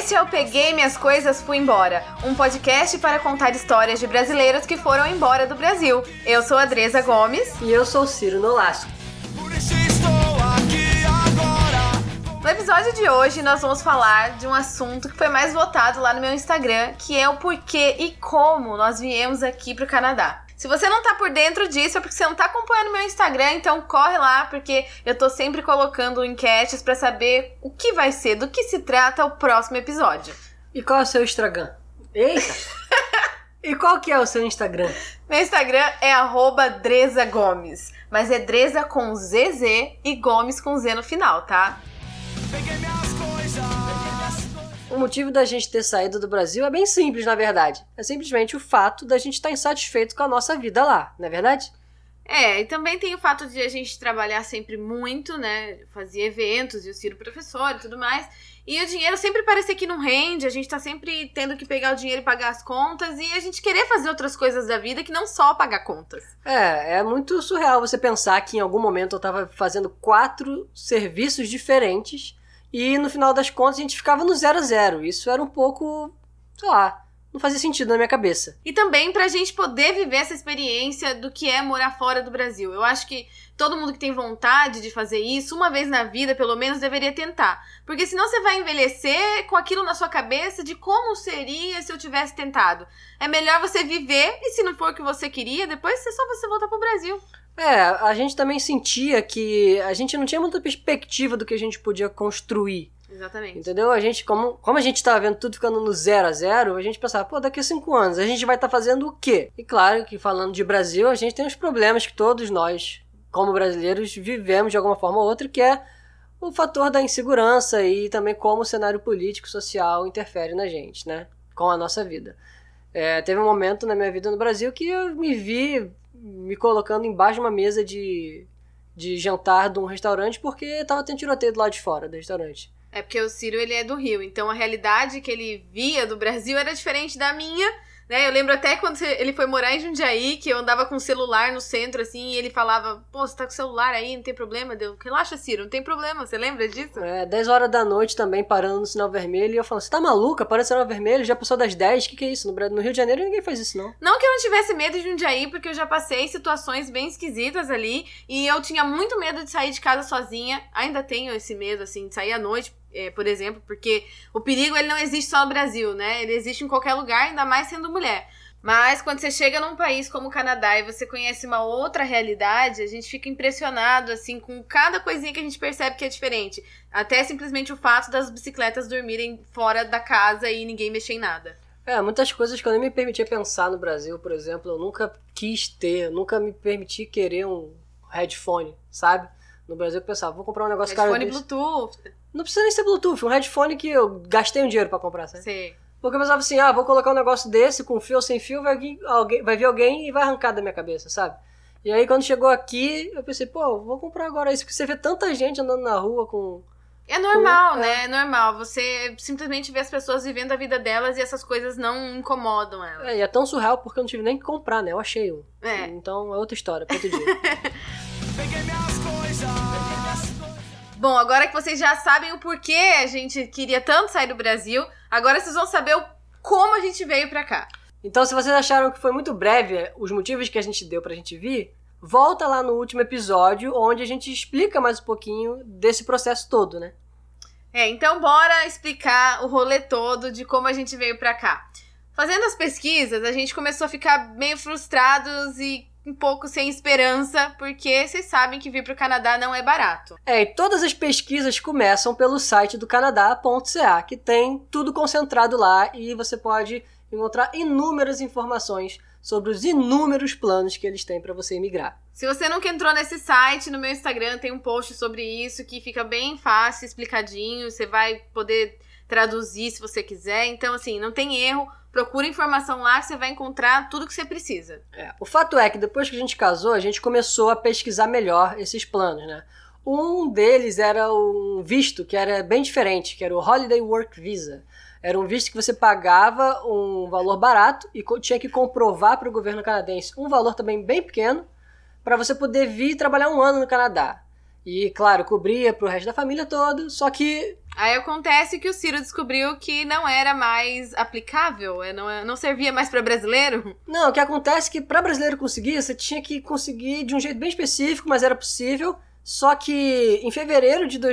Esse é o Peguei Minhas Coisas, Fui Embora, um podcast para contar histórias de brasileiros que foram embora do Brasil. Eu sou a Dresa Gomes. E eu sou o Ciro Nolasco. No episódio de hoje, nós vamos falar de um assunto que foi mais votado lá no meu Instagram, que é o porquê e como nós viemos aqui pro Canadá. Se você não tá por dentro disso, é porque você não tá acompanhando meu Instagram, então corre lá, porque eu tô sempre colocando enquetes pra saber o que vai ser, do que se trata o próximo episódio. E qual é o seu Instagram? Eita! E qual que é o seu Instagram? Meu Instagram é @DrezaGomes, mas é Dresa com ZZ e Gomes com Z no final, tá? O motivo da gente ter saído do Brasil é bem simples, na verdade. É simplesmente o fato da gente estar insatisfeito com a nossa vida lá, não é verdade? É, e também tem o fato de a gente trabalhar sempre muito, né? Fazia eventos e o Ciro professor e tudo mais. E o dinheiro sempre parecia que não rende, a gente tá sempre tendo que pegar o dinheiro e pagar as contas e a gente querer fazer outras coisas da vida que não só pagar contas. É muito surreal você pensar que em algum momento eu tava fazendo 4 serviços diferentes e no final das contas a gente ficava no 0 a 0. Isso era um pouco, sei lá, não fazia sentido na minha cabeça. E também pra gente poder viver essa experiência do que é morar fora do Brasil. Eu acho que todo mundo que tem vontade de fazer isso, uma vez na vida, pelo menos, deveria tentar. Porque senão você vai envelhecer com aquilo na sua cabeça de como seria se eu tivesse tentado. É melhor você viver e se não for o que você queria, depois é só você voltar pro Brasil. A gente também sentia que a gente não tinha muita perspectiva do que a gente podia construir. Exatamente. Entendeu? A gente, como a gente tava vendo tudo ficando no 0 a 0, a gente pensava, pô, daqui a 5 anos a gente vai estar fazendo o quê? E claro que falando de Brasil, a gente tem os problemas que todos nós, como brasileiros, vivemos de alguma forma ou outra, que é o fator da insegurança e também como o cenário político, social interfere na gente, né? Com a nossa vida. Teve um momento na minha vida no Brasil que eu me vi me colocando embaixo de uma mesa de jantar de um restaurante porque tava tendo tiroteio do lado de fora do restaurante. É porque o Ciro, ele é do Rio, então a realidade que ele via do Brasil era diferente da minha, né? Eu lembro até quando ele foi morar em Jundiaí, que eu andava com o celular no centro, assim, e ele falava, pô, você tá com o celular aí, não tem problema? Deu, relaxa, Ciro, não tem problema, você lembra disso? 10 horas da noite também, parando no sinal vermelho, e eu falando, você tá maluca? Parando no sinal vermelho, já passou das 10, o que é isso? No Rio de Janeiro ninguém faz isso, não. Não que eu não tivesse medo de Jundiaí, porque eu já passei situações bem esquisitas ali, e eu tinha muito medo de sair de casa sozinha, ainda tenho esse medo, assim, de sair à noite, por exemplo, porque o perigo ele não existe só no Brasil, né? Ele existe em qualquer lugar, ainda mais sendo mulher. Mas quando você chega num país como o Canadá e você conhece uma outra realidade, a gente fica impressionado, assim, com cada coisinha que a gente percebe que é diferente. Até simplesmente o fato das bicicletas dormirem fora da casa e ninguém mexer em nada. Muitas coisas que eu nem me permitia pensar no Brasil, por exemplo, eu nunca quis ter, nunca me permiti querer um headphone, sabe? No Brasil eu pensava, vou comprar um negócio caro desse. Headphone Bluetooth. Não precisa nem ser Bluetooth, um headphone que eu gastei um dinheiro pra comprar, sabe? Sim. Porque eu pensava assim, vou colocar um negócio desse, com fio ou sem fio, vai vir alguém e vai arrancar da minha cabeça, sabe? E aí quando chegou aqui, eu pensei, pô, vou comprar agora isso, porque você vê tanta gente andando na rua com... É normal, né? É normal. Você simplesmente vê as pessoas vivendo a vida delas e essas coisas não incomodam elas. E é tão surreal porque eu não tive nem que comprar, né? Eu achei um. É. Então é outra história, pra outro dia. Peguei minhas coisas. Bom, agora que vocês já sabem o porquê a gente queria tanto sair do Brasil, agora vocês vão saber como a gente veio pra cá. Então, se vocês acharam que foi muito breve os motivos que a gente deu pra gente vir, volta lá no último episódio, onde a gente explica mais um pouquinho desse processo todo, né? Então bora explicar o rolê todo de como a gente veio pra cá. Fazendo as pesquisas, a gente começou a ficar meio frustrados e um pouco sem esperança, porque vocês sabem que vir pro Canadá não é barato. E todas as pesquisas começam pelo site do canadá.ca, que tem tudo concentrado lá e você pode encontrar inúmeras informações sobre os inúmeros planos que eles têm para você emigrar. Se você nunca entrou nesse site, no meu Instagram tem um post sobre isso que fica bem fácil, explicadinho, você vai poder traduzir se você quiser, então assim, não tem erro. Procura informação lá que você vai encontrar tudo que você precisa. O fato é que depois que a gente casou, a gente começou a pesquisar melhor esses planos, né? Um deles era um visto que era bem diferente, que era o Holiday Work Visa. Era um visto que você pagava um valor barato e tinha que comprovar para o governo canadense um valor também bem pequeno para você poder vir trabalhar 1 ano no Canadá. E, claro, cobria para o resto da família todo, só que Aí acontece que o Ciro descobriu que não era mais aplicável, não servia mais pra brasileiro. Não, o que acontece é que para brasileiro conseguir, você tinha que conseguir de um jeito bem específico, mas era possível. Só que em fevereiro de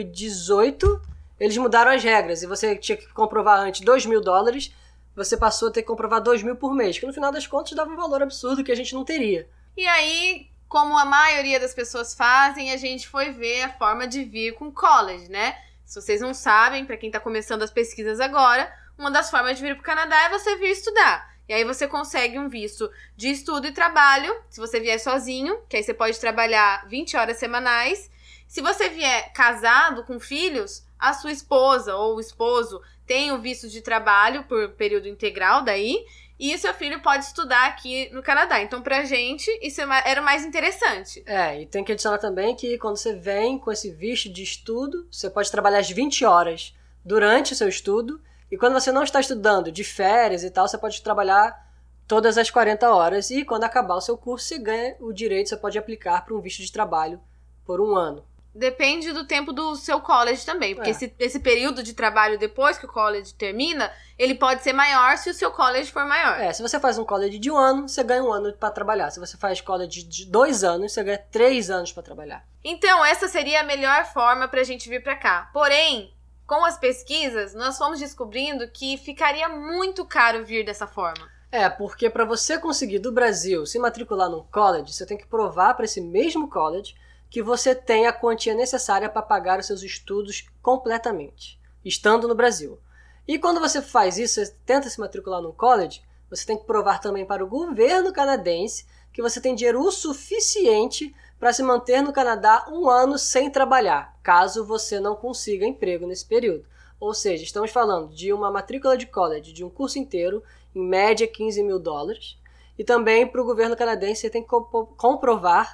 2018, eles mudaram as regras e você tinha que comprovar antes $2.000, você passou a ter que comprovar 2.000 por mês, que no final das contas dava um valor absurdo que a gente não teria. E aí, como a maioria das pessoas fazem, a gente foi ver a forma de vir com college, né? Se vocês não sabem, pra quem tá começando as pesquisas agora, uma das formas de vir pro Canadá é você vir estudar. E aí você consegue um visto de estudo e trabalho, se você vier sozinho, que aí você pode trabalhar 20 horas semanais. Se você vier casado com filhos, a sua esposa ou o esposo tem o visto de trabalho por período integral daí, e o seu filho pode estudar aqui no Canadá. Então, pra gente, isso era o mais interessante. E tem que adicionar também que quando você vem com esse visto de estudo, você pode trabalhar as 20 horas durante o seu estudo, e quando você não está estudando, de férias e tal, você pode trabalhar todas as 40 horas, e quando acabar o seu curso, você ganha o direito, você pode aplicar para um visto de trabalho por 1 ano. Depende do tempo do seu college também, porque esse período de trabalho depois que o college termina, ele pode ser maior se o seu college for maior. Se você faz um college de 1 ano, você ganha 1 ano para trabalhar. Se você faz college de 2 anos, você ganha 3 anos para trabalhar. Então, essa seria a melhor forma pra gente vir pra cá. Porém, com as pesquisas, nós fomos descobrindo que ficaria muito caro vir dessa forma. Porque para você conseguir do Brasil se matricular num college, você tem que provar para esse mesmo college que você tem a quantia necessária para pagar os seus estudos completamente, estando no Brasil. E quando você faz isso, você tenta se matricular num college, você tem que provar também para o governo canadense que você tem dinheiro o suficiente para se manter no Canadá 1 ano sem trabalhar, caso você não consiga emprego nesse período. Ou seja, estamos falando de uma matrícula de college de um curso inteiro, em média $15.000, e também para o governo canadense você tem que comprovar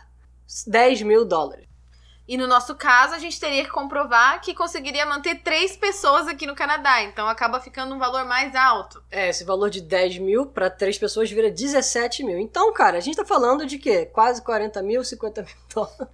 $10.000. E no nosso caso, a gente teria que comprovar que conseguiria manter 3 pessoas aqui no Canadá. Então, acaba ficando um valor mais alto. Esse valor de 10.000 para 3 pessoas vira 17.000. Então, cara, a gente tá falando de quê? Quase 40.000, $50.000.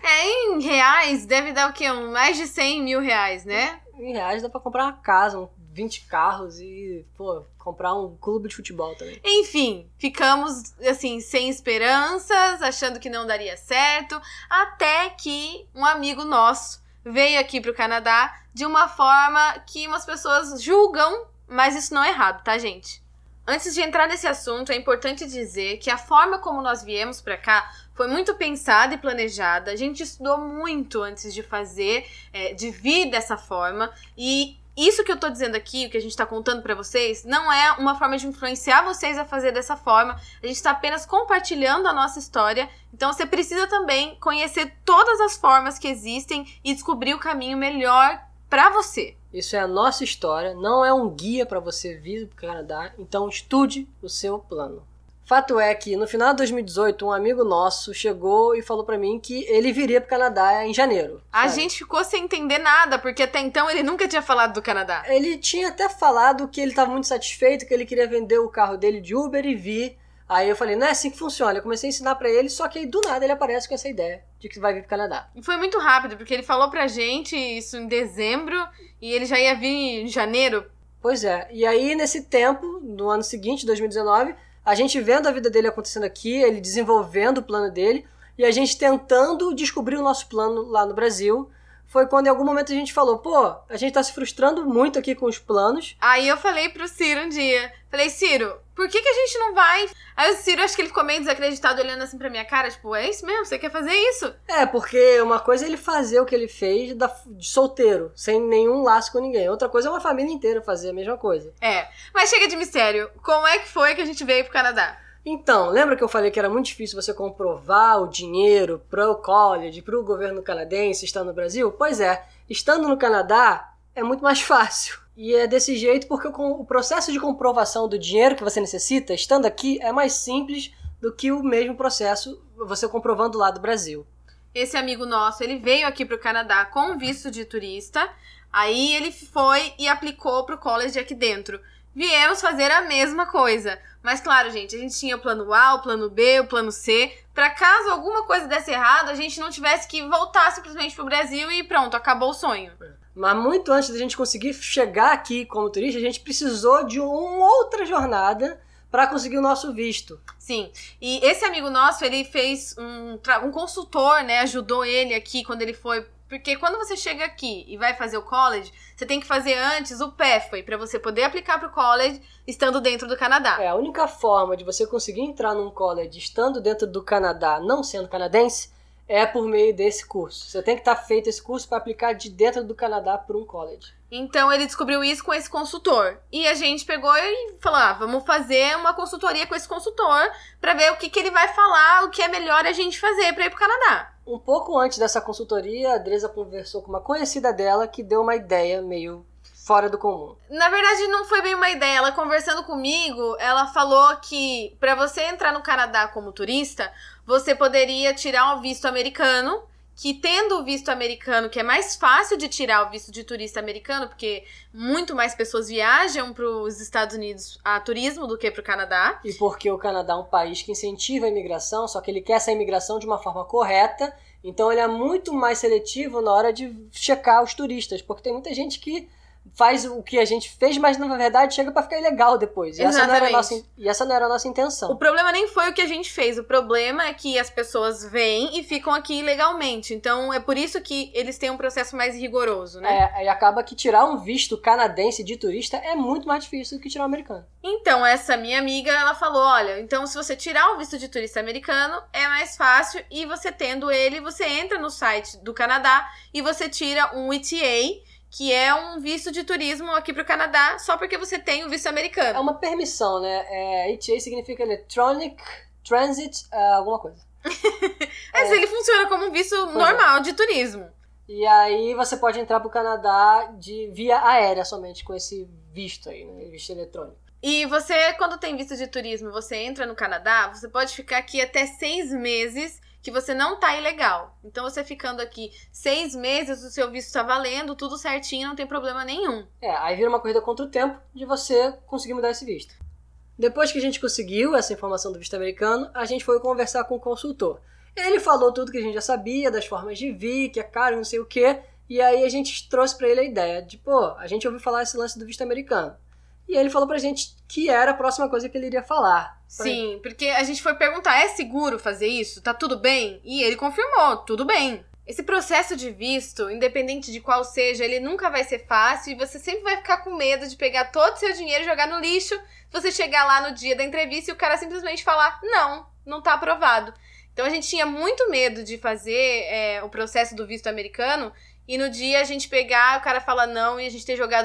Em reais, deve dar o quê? Mais de R$100.000, né? Em reais dá pra comprar uma casa, 20 carros e, comprar um clube de futebol também. Enfim, ficamos, assim, sem esperanças, achando que não daria certo, até que um amigo nosso veio aqui pro Canadá de uma forma que umas pessoas julgam, mas isso não é errado, tá, gente? Antes de entrar nesse assunto, é importante dizer que a forma como nós viemos pra cá foi muito pensada e planejada. A gente estudou muito antes de fazer, de vir dessa forma, e isso que eu tô dizendo aqui, o que a gente tá contando pra vocês, não é uma forma de influenciar vocês a fazer dessa forma. A gente tá apenas compartilhando a nossa história. Então você precisa também conhecer todas as formas que existem e descobrir o caminho melhor pra você. Isso é a nossa história, não é um guia pra você vir pro Canadá, então estude o seu plano. Fato é que no final de 2018, um amigo nosso chegou e falou pra mim que ele viria pro Canadá em janeiro. A gente ficou sem entender nada, porque até então ele nunca tinha falado do Canadá. Ele tinha até falado que ele estava muito satisfeito, que ele queria vender o carro dele de Uber e vir. Aí eu falei, não é assim que funciona. Eu comecei a ensinar pra ele, só que aí do nada ele aparece com essa ideia de que vai vir pro Canadá. E foi muito rápido, porque ele falou pra gente isso em dezembro e ele já ia vir em janeiro. Pois é, e aí nesse tempo, no ano seguinte, 2019... a gente vendo a vida dele acontecendo aqui, ele desenvolvendo o plano dele, e a gente tentando descobrir o nosso plano lá no Brasil, foi quando em algum momento a gente falou, a gente tá se frustrando muito aqui com os planos. Aí eu falei pro Ciro um dia, Ciro, por que a gente não vai? Aí o Ciro, acho que ele ficou meio desacreditado, olhando assim pra minha cara, tipo, é isso mesmo? Você quer fazer isso? Porque uma coisa é ele fazer o que ele fez de solteiro, sem nenhum laço com ninguém. Outra coisa é uma família inteira fazer a mesma coisa. Mas chega de mistério. Como é que foi que a gente veio pro Canadá? Então, lembra que eu falei que era muito difícil você comprovar o dinheiro pro college, pro governo canadense, estando no Brasil? Pois é, estando no Canadá é muito mais fácil. E é desse jeito porque o processo de comprovação do dinheiro que você necessita, estando aqui, é mais simples do que o mesmo processo você comprovando lá do Brasil. Esse amigo nosso, ele veio aqui pro Canadá com visto de turista, aí ele foi e aplicou pro college aqui dentro. Viemos fazer a mesma coisa. Mas claro, gente, a gente tinha o plano A, o plano B, o plano C, pra caso alguma coisa desse errado, a gente não tivesse que voltar simplesmente pro Brasil e pronto, acabou o sonho. Mas muito antes da gente conseguir chegar aqui como turista, a gente precisou de uma outra jornada para conseguir o nosso visto. Sim, e esse amigo nosso, ele fez um consultor, né, ajudou ele aqui quando ele foi... Porque quando você chega aqui e vai fazer o college, você tem que fazer antes o pathway, para você poder aplicar pro college estando dentro do Canadá. A única forma de você conseguir entrar num college estando dentro do Canadá, não sendo canadense, é por meio desse curso. Você tem que estar feito esse curso para aplicar de dentro do Canadá para um college. Então ele descobriu isso com esse consultor. E a gente pegou e falou, vamos fazer uma consultoria com esse consultor para ver o que ele vai falar, o que é melhor a gente fazer para ir pro Canadá. Um pouco antes dessa consultoria, a Dresa conversou com uma conhecida dela que deu uma ideia meio fora do comum. Na verdade, não foi bem uma ideia. Ela conversando comigo, ela falou que para você entrar no Canadá como turista, você poderia tirar o visto americano, que tendo o visto americano, que é mais fácil de tirar o visto de turista americano, porque muito mais pessoas viajam para os Estados Unidos a turismo do que para o Canadá. E porque o Canadá é um país que incentiva a imigração, só que ele quer essa imigração de uma forma correta, então ele é muito mais seletivo na hora de checar os turistas, porque tem muita gente que faz o que a gente fez, mas na verdade chega pra ficar ilegal depois. E essa não era a nossa intenção. O problema nem foi o que a gente fez. O problema é que as pessoas vêm e ficam aqui ilegalmente. Então é por isso que eles têm um processo mais rigoroso, né? E acaba que tirar um visto canadense de turista é muito mais difícil do que tirar um americano. Então essa minha amiga, ela falou, olha, então se você tirar o visto de turista americano, é mais fácil e você tendo ele, você entra no site do Canadá e você tira um ETA, que é um visto de turismo aqui pro Canadá, só porque você tem o visto americano. É uma permissão, né? ETA significa Electronic Transit, alguma coisa. Mas ele funciona como um visto normal de turismo. E aí você pode entrar pro Canadá via aérea somente, com esse visto aí, né? Visto eletrônico. E você, quando tem visto de turismo e você entra no Canadá, você pode ficar aqui até 6 meses que você não tá ilegal. Então você ficando aqui 6 meses, o seu visto tá valendo, tudo certinho, não tem problema nenhum. Aí vira uma corrida contra o tempo de você conseguir mudar esse visto. Depois que a gente conseguiu essa informação do visto americano, a gente foi conversar com o consultor. Ele falou tudo que a gente já sabia, das formas de vir, que é caro, não sei o quê, e aí a gente trouxe pra ele a ideia de, a gente ouviu falar esse lance do visto americano. E ele falou pra gente que era a próxima coisa que ele iria falar. Sim, porque a gente foi perguntar, é seguro fazer isso? Tá tudo bem? E ele confirmou, tudo bem. Esse processo de visto, independente de qual seja, ele nunca vai ser fácil e você sempre vai ficar com medo de pegar todo o seu dinheiro e jogar no lixo, se você chegar lá no dia da entrevista e o cara simplesmente falar, não tá aprovado. Então a gente tinha muito medo de fazer o processo do visto americano e no dia a gente pegar, o cara fala não e a gente ter jogado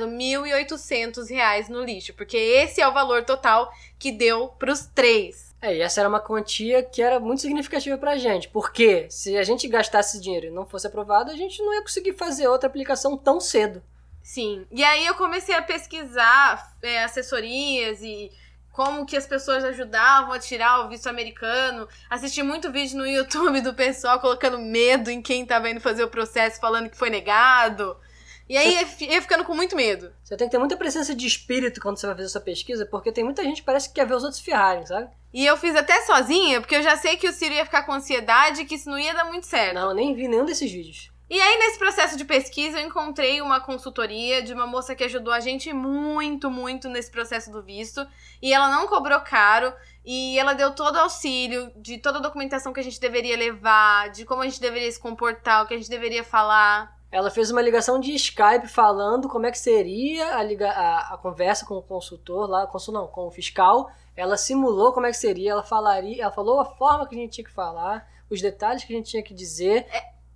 R$1.800 no lixo, porque esse é o valor total que deu pros 3. E essa era uma quantia que era muito significativa pra gente, porque se a gente gastasse esse dinheiro e não fosse aprovado, a gente não ia conseguir fazer outra aplicação tão cedo. Sim, e aí eu comecei a pesquisar assessorias e como que as pessoas ajudavam a tirar o visto americano. Assisti muito vídeo no YouTube do pessoal colocando medo em quem tava indo fazer o processo, falando que foi negado. E aí ia ficando com muito medo. Você tem que ter muita presença de espírito quando você vai fazer sua pesquisa, porque tem muita gente que parece que quer ver os outros ferrarem, sabe? E eu fiz até sozinha, porque eu já sei que o Ciro ia ficar com ansiedade e que isso não ia dar muito certo. Não, eu nem vi nenhum desses vídeos. E aí, nesse processo de pesquisa, eu encontrei uma consultoria de uma moça que ajudou a gente muito, muito nesse processo do visto. E ela não cobrou caro. E ela deu todo o auxílio de toda a documentação que a gente deveria levar, de como a gente deveria se comportar, o que a gente deveria falar. Ela fez uma ligação de Skype falando como é que seria a conversa com o consultor lá, com o fiscal. Ela simulou como é que seria, ela falou a forma que a gente tinha que falar, os detalhes que a gente tinha que dizer.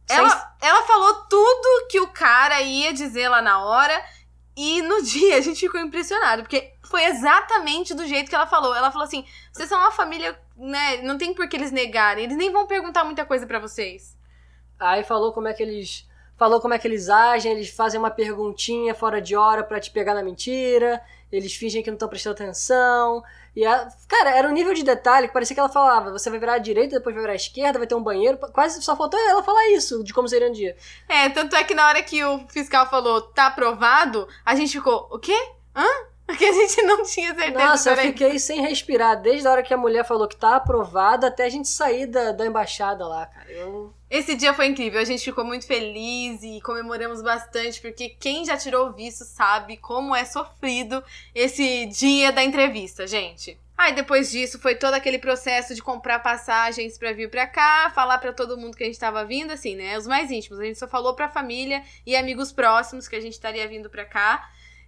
Ela falou tudo que o cara ia dizer lá na hora e no dia a gente ficou impressionado, porque foi exatamente do jeito que ela falou. Ela falou assim, vocês são uma família, né, não tem por que eles negarem, eles nem vão perguntar muita coisa pra vocês. Aí falou como é que eles agem, eles fazem uma perguntinha fora de hora pra te pegar na mentira, eles fingem que não estão prestando atenção. E cara, era um nível de detalhe que parecia que ela falava, você vai virar à direita, depois vai virar à esquerda, vai ter um banheiro, quase só faltou ela falar isso, de como seria um dia. Tanto é que na hora que o fiscal falou, tá aprovado, a gente ficou, o quê? Hã? Porque a gente não tinha certeza. Nossa, eu fiquei sem respirar desde a hora que a mulher falou que tá aprovada até a gente sair da embaixada lá, cara. Esse dia foi incrível, a gente ficou muito feliz e comemoramos bastante, porque quem já tirou o visto sabe como é sofrido esse dia da entrevista, gente. Aí depois disso foi todo aquele processo de comprar passagens pra vir pra cá, falar pra todo mundo que a gente tava vindo, assim, né? Os mais íntimos, a gente só falou pra família e amigos próximos que a gente estaria vindo pra cá.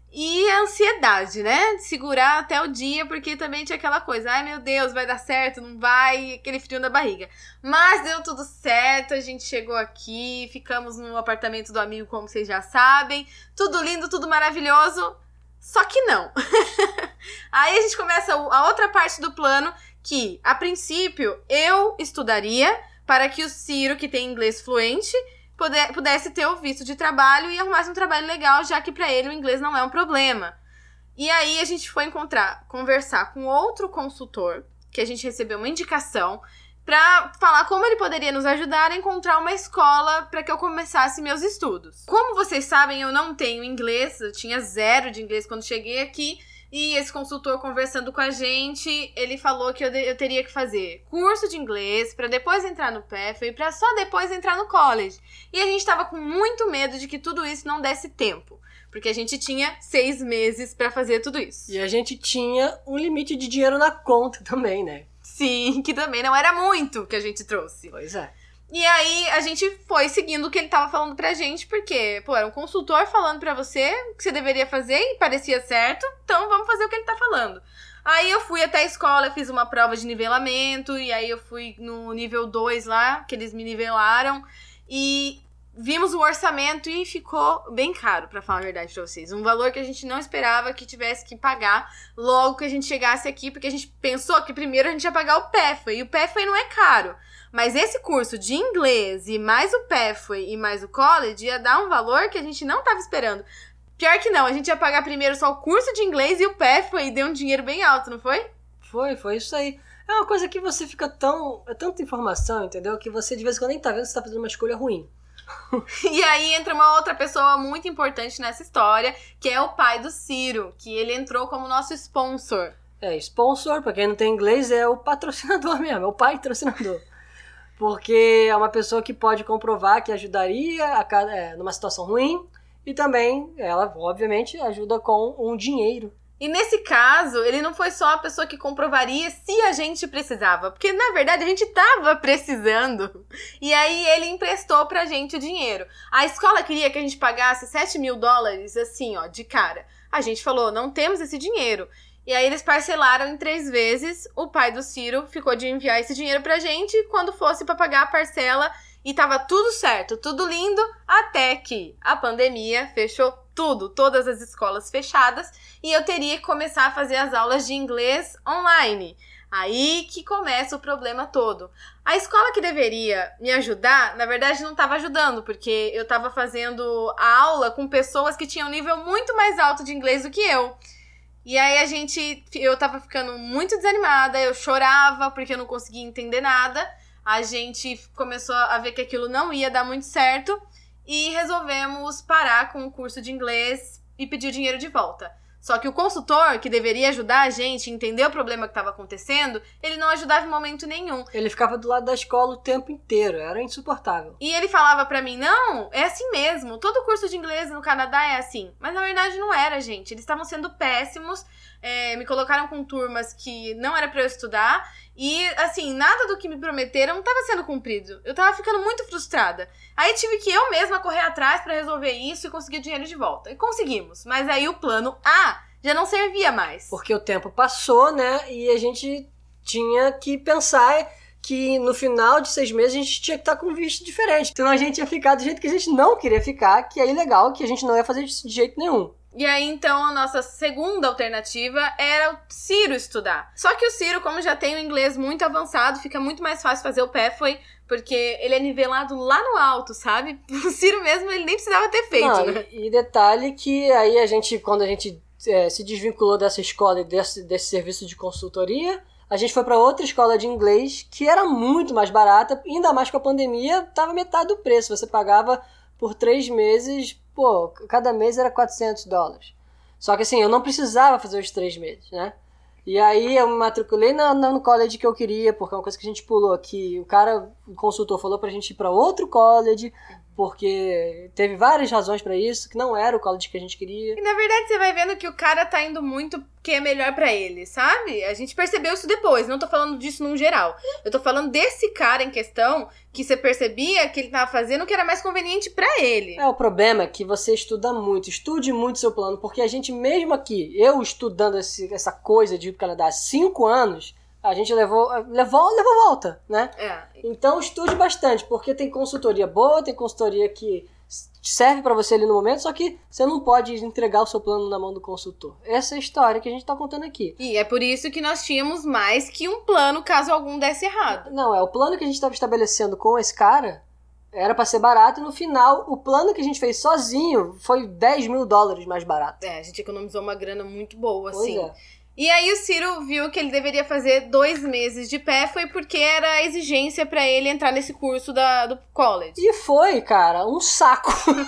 E a ansiedade, né? De segurar até o dia, porque também tinha aquela coisa, ai meu Deus, vai dar certo, não vai, aquele frio na barriga. Mas deu tudo certo, a gente chegou aqui, ficamos no apartamento do amigo, como vocês já sabem. Tudo lindo, tudo maravilhoso, só que não. Aí a gente começa a outra parte do plano, que, a princípio, eu estudaria para que o Ciro, que tem inglês fluente, pudesse ter o visto de trabalho e arrumasse um trabalho legal, já que pra ele o inglês não é um problema. E aí a gente foi conversar com outro consultor, que a gente recebeu uma indicação, pra falar como ele poderia nos ajudar a encontrar uma escola pra que eu começasse meus estudos. Como vocês sabem, eu não tenho inglês, eu tinha 0 de inglês quando cheguei aqui, e esse consultor conversando com a gente, ele falou que eu teria que fazer curso de inglês pra depois entrar no PEF e pra só depois entrar no college. E a gente tava com muito medo de que tudo isso não desse tempo, porque a gente tinha 6 meses pra fazer tudo isso. E a gente tinha um limite de dinheiro na conta também, né? Sim, que também não era muito que a gente trouxe. Pois é. E aí, a gente foi seguindo o que ele tava falando pra gente, porque, pô, era um consultor falando pra você o que você deveria fazer e parecia certo, então vamos fazer o que ele tá falando. Aí eu fui até a escola, fiz uma prova de nivelamento, e aí eu fui no nível 2 lá, que eles me nivelaram, e vimos o orçamento e ficou bem caro, pra falar a verdade pra vocês. Um valor que a gente não esperava que tivesse que pagar logo que a gente chegasse aqui, porque a gente pensou que primeiro a gente ia pagar o PEFA, e o PEFA não é caro. Mas esse curso de inglês e mais o PEFA e mais o college ia dar um valor que a gente não estava esperando. Pior que não, a gente ia pagar primeiro só o curso de inglês e o PEFA e deu um dinheiro bem alto, não foi? Foi isso aí. É uma coisa que você fica tanta informação, entendeu? Que você de vez em quando nem tá vendo que você tá fazendo uma escolha ruim. E aí entra uma outra pessoa muito importante nessa história, que é o pai do Ciro, que ele entrou como nosso sponsor. Sponsor, pra quem não tem inglês, é o patrocinador mesmo, é o pai patrocinador. Porque é uma pessoa que pode comprovar que ajudaria numa situação ruim e também ela, obviamente, ajuda com um dinheiro. E nesse caso, ele não foi só a pessoa que comprovaria se a gente precisava, porque na verdade a gente tava precisando. E aí ele emprestou pra gente o dinheiro. A escola queria que a gente pagasse $7.000, assim, ó, de cara. A gente falou, não temos esse dinheiro. E aí eles parcelaram em 3 vezes, o pai do Ciro ficou de enviar esse dinheiro pra gente quando fosse pra pagar a parcela e tava tudo certo, tudo lindo, até que a pandemia fechou tudo, todas as escolas fechadas e eu teria que começar a fazer as aulas de inglês online. Aí que começa o problema todo. A escola que deveria me ajudar, na verdade não estava ajudando, porque eu estava fazendo a aula com pessoas que tinham um nível muito mais alto de inglês do que eu. E aí eu tava ficando muito desanimada, eu chorava porque eu não conseguia entender nada. A gente começou a ver que aquilo não ia dar muito certo e resolvemos parar com o curso de inglês e pedir o dinheiro de volta. Só que o consultor, que deveria ajudar a gente a entender o problema que estava acontecendo, ele não ajudava em momento nenhum. Ele ficava do lado da escola o tempo inteiro, era insuportável. E ele falava pra mim, não, é assim mesmo, todo curso de inglês no Canadá é assim. Mas na verdade não era, gente, eles estavam sendo péssimos, me colocaram com turmas que não era pra eu estudar. E, assim, nada do que me prometeram estava sendo cumprido. Eu tava ficando muito frustrada. Aí tive que eu mesma correr atrás pra resolver isso e conseguir o dinheiro de volta. E conseguimos. Mas aí o plano A já não servia mais. Porque o tempo passou, né? E a gente tinha que pensar que no final de 6 meses a gente tinha que estar com um visto diferente. Senão a gente ia ficar do jeito que a gente não queria ficar, que é ilegal, que a gente não ia fazer de jeito nenhum. E aí, então, a nossa segunda alternativa era o Ciro estudar. Só que o Ciro, como já tem o inglês muito avançado, fica muito mais fácil fazer o PEFOI, porque ele é nivelado lá no alto, sabe? O Ciro mesmo, ele nem precisava ter feito, não, né? E detalhe que aí quando a gente se desvinculou dessa escola e desse serviço de consultoria, a gente foi para outra escola de inglês, que era muito mais barata, ainda mais com a pandemia, tava metade do preço. Você pagava por 3 meses... Pô, cada mês era $400. Só que assim, eu não precisava fazer os 3 meses, né? E aí eu me matriculei no college que eu queria, porque é uma coisa que a gente pulou aqui. O consultor falou pra gente ir pra outro college, porque teve várias razões pra isso, que não era o college que a gente queria. E na verdade você vai vendo que o cara tá indo muito que é melhor pra ele, sabe? A gente percebeu isso depois, não tô falando disso num geral. Eu tô falando desse cara em questão, que você percebia que ele tava fazendo o que era mais conveniente pra ele. O problema é que você estuda muito, estude muito seu plano, porque a gente mesmo aqui, eu estudando essa coisa de ir pro Canadá há 5 anos, a gente levou volta, né? Então estude bastante, porque tem consultoria boa, tem consultoria que serve pra você ali no momento, só que você não pode entregar o seu plano na mão do consultor. Essa é a história que a gente tá contando aqui. E é por isso que nós tínhamos mais que um plano caso algum desse errado. Não, o plano que a gente estava estabelecendo com esse cara era pra ser barato e no final o plano que a gente fez sozinho foi $10 mil mais barato. A gente economizou uma grana muito boa, Pois assim. é. E aí o Ciro viu que ele deveria fazer 2 meses de pé, foi porque era a exigência pra ele entrar nesse curso do college. E foi, cara, um saco.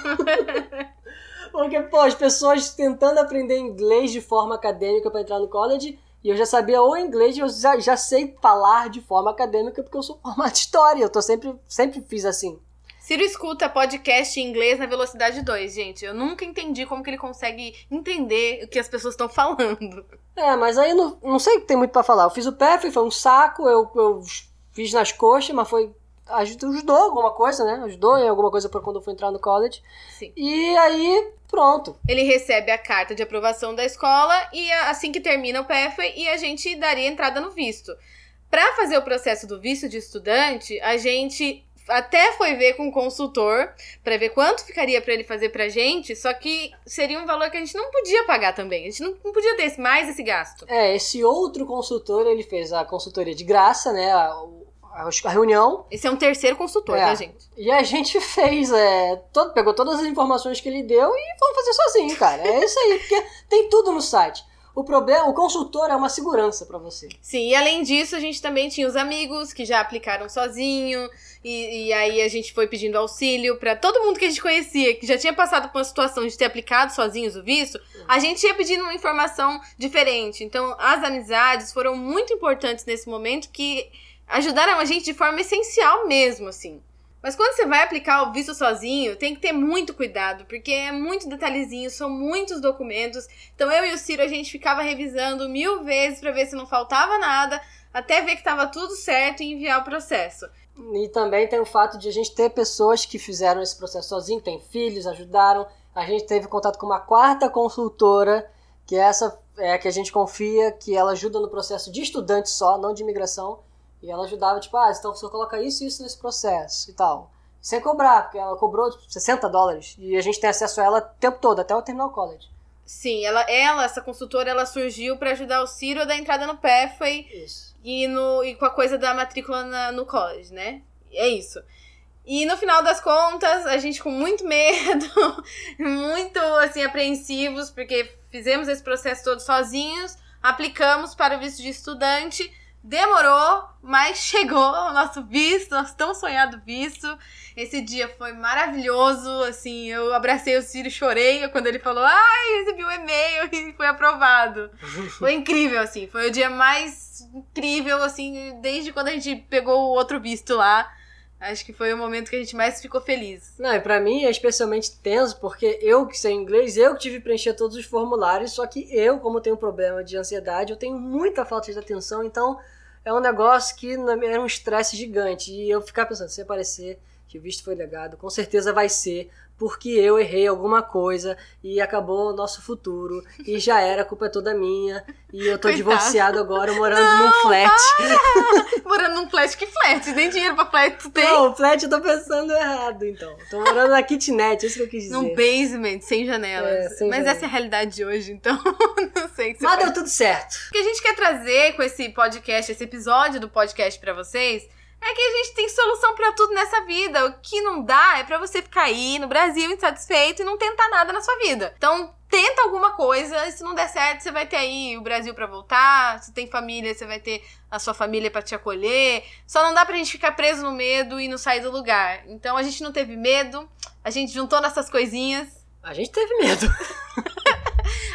Porque, pô, as pessoas tentando aprender inglês de forma acadêmica pra entrar no college, e eu já sabia o inglês, eu já sei falar de forma acadêmica porque eu sou formado de história, eu sempre fiz assim. Ciro escuta podcast em inglês na velocidade 2, gente. Eu nunca entendi como que ele consegue entender o que as pessoas estão falando. Mas aí não sei o que tem muito pra falar. Eu fiz o PEF, foi um saco, eu fiz nas coxas, mas ajudou alguma coisa, né? Ajudou em alguma coisa pra quando eu fui entrar no college. Sim. E aí, pronto. Ele recebe a carta de aprovação da escola e assim que termina o PEF, e a gente daria entrada no visto. Pra fazer o processo do visto de estudante, a gente até foi ver com o consultor pra ver quanto ficaria pra ele fazer pra gente, só que seria um valor que a gente não podia pagar também. A gente não podia ter mais esse gasto. Esse outro consultor, ele fez a consultoria de graça, né? A reunião. Esse é um terceiro consultor, tá, gente? E a gente fez, pegou todas as informações que ele deu e vamos fazer sozinho, cara. É isso aí, porque tem tudo no site. O consultor é uma segurança pra você. Sim, e além disso, a gente também tinha os amigos que já aplicaram sozinho, e aí a gente foi pedindo auxílio pra todo mundo que a gente conhecia, que já tinha passado por uma situação de ter aplicado sozinhos o visto, a gente ia pedindo uma informação diferente. Então, as amizades foram muito importantes nesse momento, que ajudaram a gente de forma essencial mesmo, assim. Mas quando você vai aplicar o visto sozinho, tem que ter muito cuidado, porque é muito detalhezinho, são muitos documentos. Então eu e o Ciro, a gente ficava revisando 1000 vezes pra ver se não faltava nada, até ver que tava tudo certo e enviar o processo. E também tem o fato de a gente ter pessoas que fizeram esse processo sozinho, tem filhos, ajudaram. A gente teve contato com uma 4ª consultora, que essa é a que a gente confia, que ela ajuda no processo de estudante só, não de imigração. E ela ajudava, tipo, então você coloca isso e isso nesse processo e tal. Sem cobrar, porque ela cobrou $60. E a gente tem acesso a ela o tempo todo, até eu terminar o college. Sim, essa consultora, ela surgiu pra ajudar o Ciro a dar entrada no PEF e com a coisa da matrícula no college, né? É isso. E no final das contas, a gente com muito medo, muito, assim, apreensivos, porque fizemos esse processo todo sozinhos, aplicamos para o visto de estudante. Demorou, mas chegou o nosso visto, nosso tão sonhado visto. Esse dia foi maravilhoso, assim, eu abracei o Ciro e chorei quando ele falou, recebi um e-mail e foi aprovado. Foi incrível, assim, foi o dia mais incrível, assim, desde quando a gente pegou o outro visto lá. Acho que foi o momento que a gente mais ficou feliz. Não, e pra mim é especialmente tenso, porque eu que sei inglês, eu que tive que preencher todos os formulários, só que eu, como tenho um problema de ansiedade, eu tenho muita falta de atenção, então é um negócio que era um estresse gigante. E eu ficar pensando, se aparecer que o visto foi negado, com certeza vai ser porque eu errei alguma coisa e acabou o nosso futuro e já era, a culpa é toda minha e eu tô divorciado agora, morando num flat. Morando num flat? Que flat? Nem dinheiro pra flat tu tem? Não, flat eu tô pensando errado, então. Tô morando na kitnet, é isso que eu quis dizer. Num basement, sem janelas. Sem Mas janelas. essa é a realidade de hoje, então não sei o que você Mas faz. deu tudo certo. O que a gente quer trazer com esse podcast, esse episódio do podcast pra vocês, é que a gente tem solução pra tudo nessa vida. O que não dá é pra você ficar aí no Brasil insatisfeito e não tentar nada na sua vida. Então, tenta alguma coisa, e se não der certo, você vai ter aí o Brasil pra voltar. Se tem família, você vai ter a sua família pra te acolher. Só não dá pra gente ficar preso no medo e não sair do lugar. Então, a gente não teve medo, a gente juntou nossas coisinhas. A gente teve medo.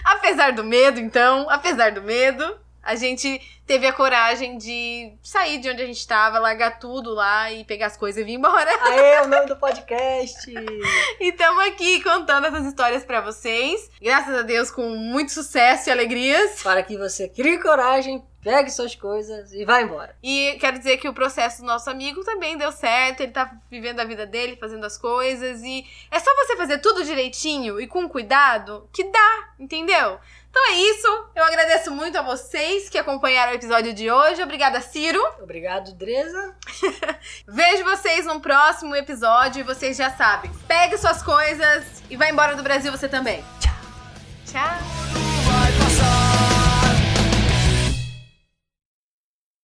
Apesar do medo, a gente teve a coragem de sair de onde a gente tava, largar tudo lá e pegar as coisas e vir embora. Aê, o nome do podcast! E estamos aqui contando essas histórias pra vocês. Graças a Deus, com muito sucesso e alegrias. Para que você crie coragem, pegue suas coisas e vá embora. E quero dizer que o processo do nosso amigo também deu certo. Ele tá vivendo a vida dele, fazendo as coisas. E é só você fazer tudo direitinho e com cuidado que dá, entendeu? Então é isso. Eu agradeço muito a vocês que acompanharam o episódio de hoje. Obrigada, Ciro. Obrigado, Dresa. Vejo vocês no próximo episódio e vocês já sabem. Pegue suas coisas e vá embora do Brasil você também. Tchau. Tchau.